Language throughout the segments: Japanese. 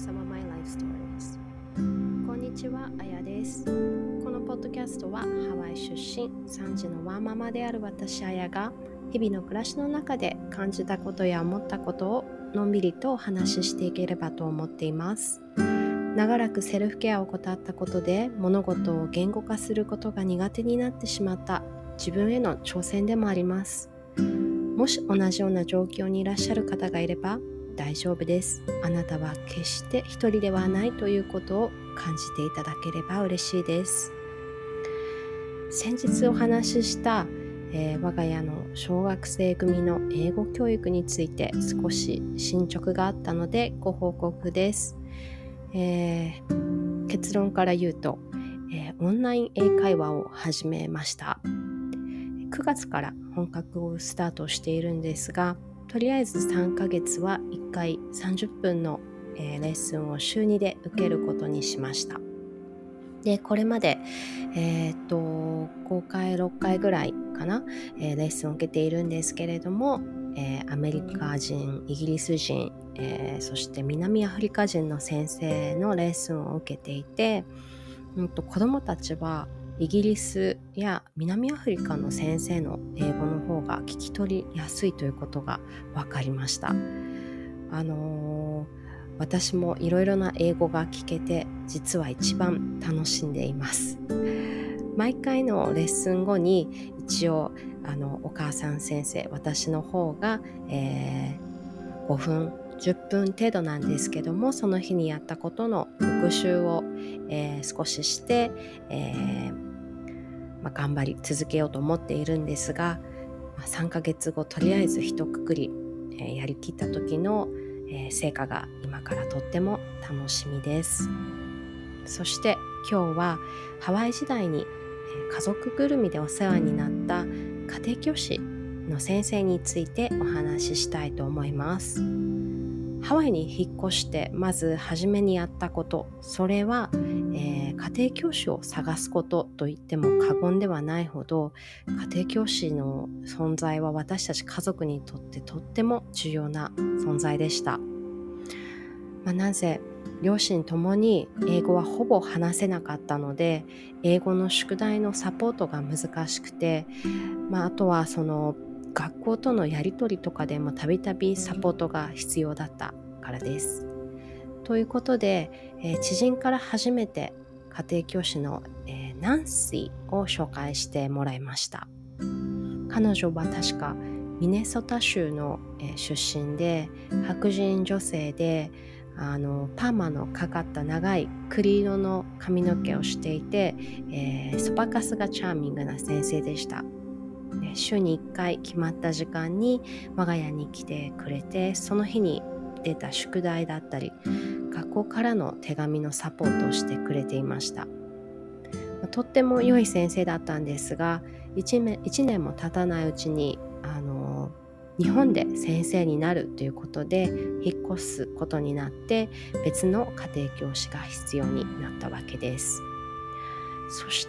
様 My Life Stories。 こんにちは、あやです。このポッドキャストはハワイ出身3児のワーママである私あやが日々の暮らしの中で感じたことや思ったことをのんびりとお話ししていければと思っています。長らくセルフケアを怠ったことで物事を言語化することが苦手になってしまった自分への挑戦でもあります。もし同じような状況にいらっしゃる方がいれば大丈夫です。あなたは決して一人ではないということを感じていただければ嬉しいです。先日お話しした、我が家の小学生組の英語教育について少し進捗があったのでご報告です。結論から言うと、オンライン英会話を始めました。9月から本格をスタートしているんですが、とりあえず3ヶ月は1回30分の、レッスンを週2で受けることにしました。で、これまで、5回6回ぐらいかな、レッスンを受けているんですけれども、アメリカ人、イギリス人、そして南アフリカ人の先生のレッスンを受けていて、子どもたちはイギリスや南アフリカの先生の英語の方が聞き取りやすいということが分かりました。私もいろいろな英語が聞けて実は一番楽しんでいます。毎回のレッスン後に一応お母さん先生、私の方が、5分10分程度なんですけども、その日にやったことの復習を、少しして、頑張り続けようと思っているんですが、3ヶ月後とりあえず一括り、やりきった時の、成果が今からとっても楽しみです。そして今日はハワイ時代に家族ぐるみでお世話になった家庭教師の先生についてお話ししたいと思います。ハワイに引っ越してまず初めにやったこと、それは、家庭教師を探すことと言っても過言ではないほど、家庭教師の存在は私たち家族にとってとっても重要な存在でした。なぜ両親ともに英語はほぼ話せなかったので、英語の宿題のサポートが難しくて、あとはその学校とのやり取りとかでもたびたびサポートが必要だったからです。ということで、知人から初めて家庭教師の、ナンシーを紹介してもらいました。彼女は確かミネソタ州の、出身で、白人女性でパーマのかかった長い栗色の髪の毛をしていて、そばかすがチャーミングな先生でした。週に1回決まった時間に我が家に来てくれて、その日に出た宿題だったり学校からの手紙のサポートをしてくれていました。とっても良い先生だったんですが、1年も経たないうちに日本で先生になるということで引っ越すことになって、別の家庭教師が必要になったわけです。そして、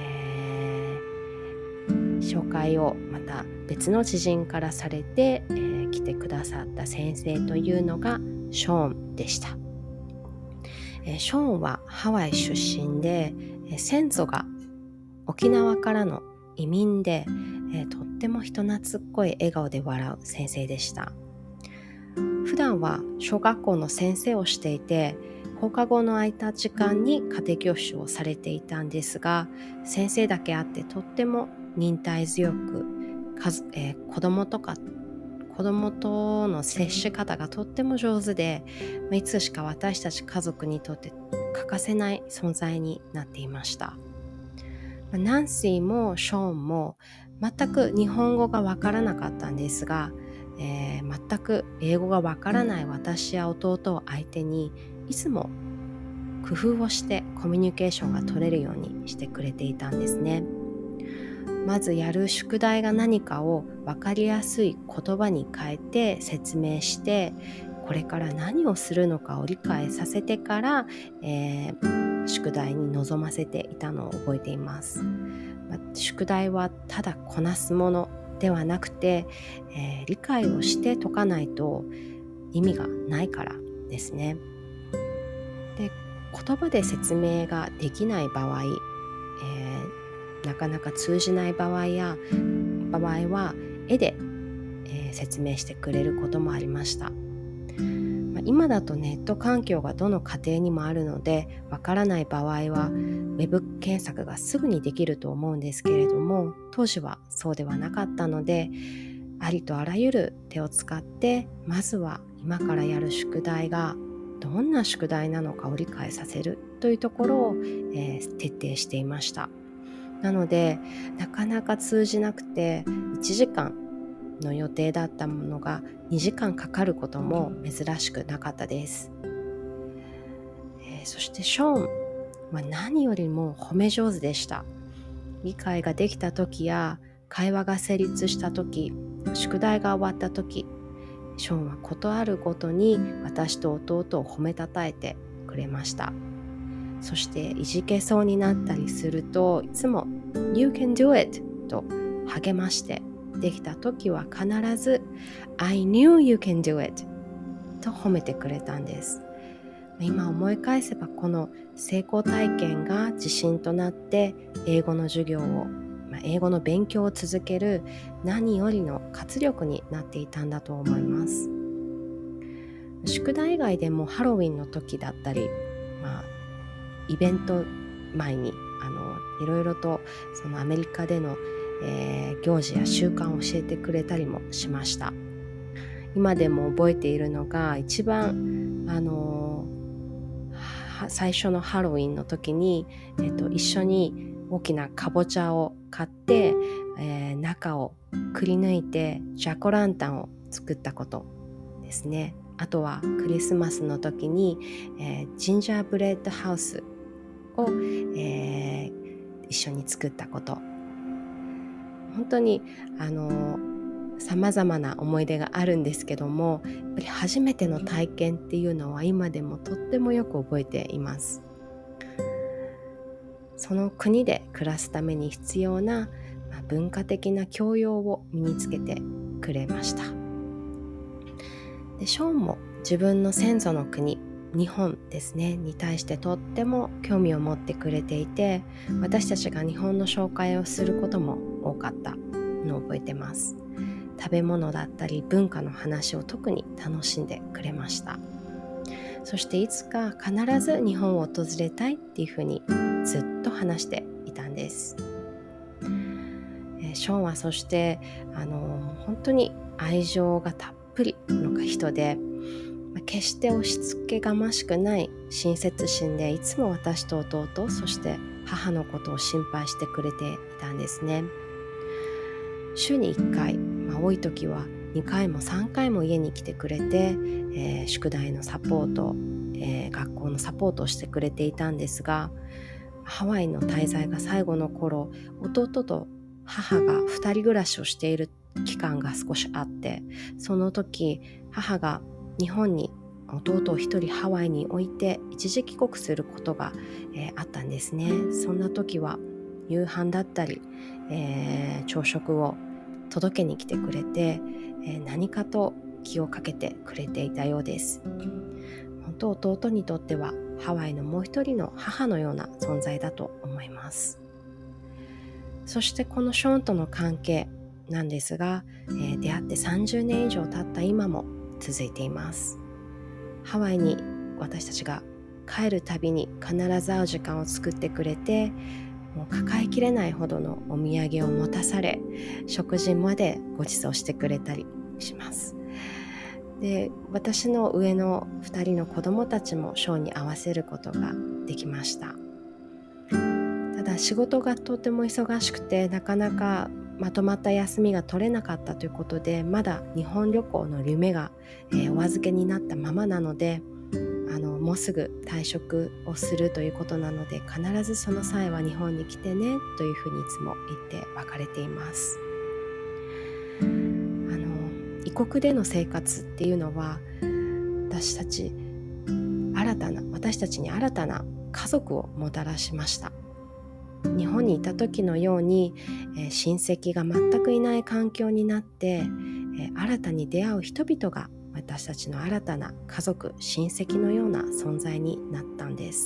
紹介をまた別の知人からされて、来てくださった先生というのがショーンでした。ショーンはハワイ出身で、先祖が沖縄からの移民で、とっても人懐っこい笑顔で笑う先生でした。普段は小学校の先生をしていて、放課後の空いた時間に家庭教師をされていたんですが、先生だけあってとっても忍耐強く、子供との接し方がとっても上手で、いつしか私たち家族にとって欠かせない存在になっていました。ナンシーもショーンも全く日本語がわからなかったんですが、全く英語がわからない私や弟を相手にいつも工夫をしてコミュニケーションが取れるようにしてくれていたんですね。まずやる宿題が何かをわかりやすい言葉に変えて説明して、これから何をするのかを理解させてから、宿題に臨ませていたのを覚えています。宿題はただこなすものではなくて、理解をして解かないと意味がないからですね。 言葉で説明ができない場合、なかなか通じない場合は絵で、説明してくれることもありました。今だとネット環境がどの家庭にもあるので、わからない場合はウェブ検索がすぐにできると思うんですけれども、当時はそうではなかったので、ありとあらゆる手を使ってまずは今からやる宿題がどんな宿題なのかを理解させるというところを、徹底していました。なのでなかなか通じなくて1時間の予定だったものが2時間かかることも珍しくなかったです。そしてショーンは何よりも褒め上手でした。理解ができた時や会話が成立した時、宿題が終わった時、ショーンはことあるごとに私と弟を褒めたたえてくれました。そしていじけそうになったりするといつも You can do it と励まして、できた時は必ず I knew you can do it と褒めてくれたんです。今思い返せばこの成功体験が自信となって英語の授業を、英語の勉強を続ける何よりの活力になっていたんだと思います。宿題以外でもハロウィンの時だったり、イベント前にいろいろとそのアメリカでの、行事や習慣を教えてくれたりもしました。今でも覚えているのが一番最初のハロウィンの時に、一緒に大きなかぼちゃを買って、中をくり抜いてジャコランタンを作ったことですね。あとはクリスマスの時に、ジンジャーブレッドハウスを、一緒に作ったこと、本当に様々な思い出があるんですけども、やっぱり初めての体験っていうのは今でもとってもよく覚えています。その国で暮らすために必要な、文化的な教養を身につけてくれました。でショーンも自分の先祖の国、日本ですねに対してとっても興味を持ってくれていて、私たちが日本の紹介をすることも多かったのを覚えてます。食べ物だったり文化の話を特に楽しんでくれました。そしていつか必ず日本を訪れたいっていうふうにずっと話していたんです。ショーンはそして本当に愛情がたっぷりの人で、決して押し付けがましくない親切心で、いつも私と弟、そして母のことを心配してくれていたんですね。週に1回、多い時は2回も3回も家に来てくれて、宿題のサポート、学校のサポートをしてくれていたんですが、ハワイの滞在が最後の頃、弟と母が2人暮らしをしている期間が少しあって、その時母が日本に弟を一人ハワイに置いて一時帰国することが、あったんですね。そんな時は夕飯だったり、朝食を届けに来てくれて、何かと気をかけてくれていたようです。本当弟にとってはハワイのもう一人の母のような存在だと思います。そしてこのショーンとの関係なんですが、出会って30年以上経った今も続いています。ハワイに私たちが帰るたびに必ず会う時間を作ってくれて、もう抱えきれないほどのお土産を持たされ、食事までご馳走してくれたりします。で、私の上の2人の子供たちもショーに合わせることができました。ただ仕事がとても忙しくて、なかなかまとまった休みが取れなかったということで、まだ日本旅行の夢が、お預けになったままなので、もうすぐ退職をするということなので、必ずその際は日本に来てねというふうにいつも言って別れています。異国での生活っていうのは私たちに新たな家族をもたらしました。日本にいた時のように、親戚が全くいない環境になって、新たに出会う人々が私たちの新たな家族、親戚のような存在になったんです。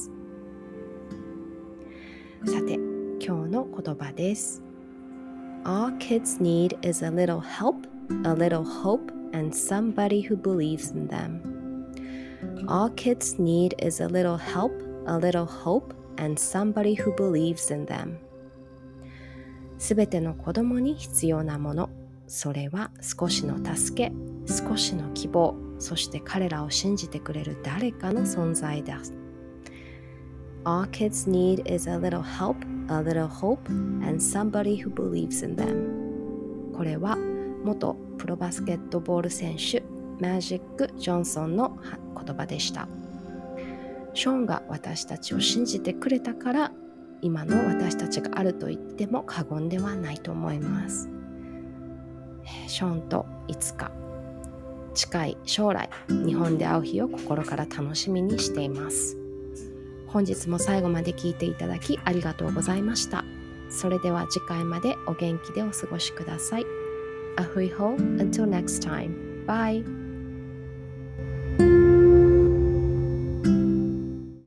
さて、今日の言葉です。All kids need is a little help, a little hope, and somebody who believes in them. All kids need is a little help, a little hope, and somebody who believes in them. すべての子供に必要なもの、それは少しの助け、少しの希望、そして彼らを信じてくれる誰かの存在です。All kids need is a little help, a little hope, and somebody who believes in them. これは元プロバスケットボール選手マジック・ジョンソンの言葉でした。ショーンが私たちを信じてくれたから今の私たちがあると言っても過言ではないと思います。ショーンといつか近い将来日本で会う日を心から楽しみにしています。本日も最後まで聞いていただきありがとうございました。それでは次回までお元気でお過ごしください。アフイホー until next time. Bye.